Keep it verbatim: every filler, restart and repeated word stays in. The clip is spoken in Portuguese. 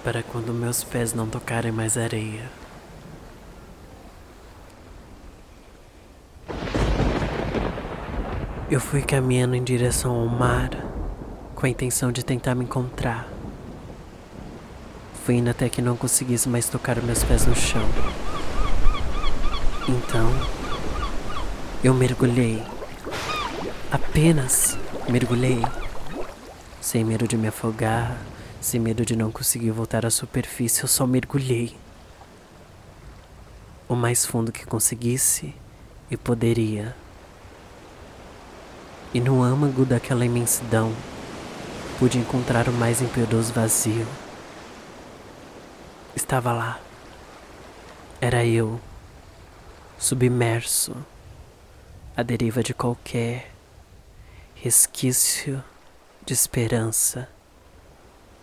para quando meus pés não tocarem mais areia. Eu fui caminhando em direção ao mar, com a intenção de tentar me encontrar. Fui indo até que não conseguisse mais tocar meus pés no chão. Então, eu mergulhei. Apenas mergulhei. Sem medo de me afogar, sem medo de não conseguir voltar à superfície, eu só mergulhei. O mais fundo que conseguisse e poderia. E no âmago daquela imensidão, pude encontrar o mais impiedoso vazio. Estava lá. Era eu, submerso, à deriva de qualquer resquício de esperança.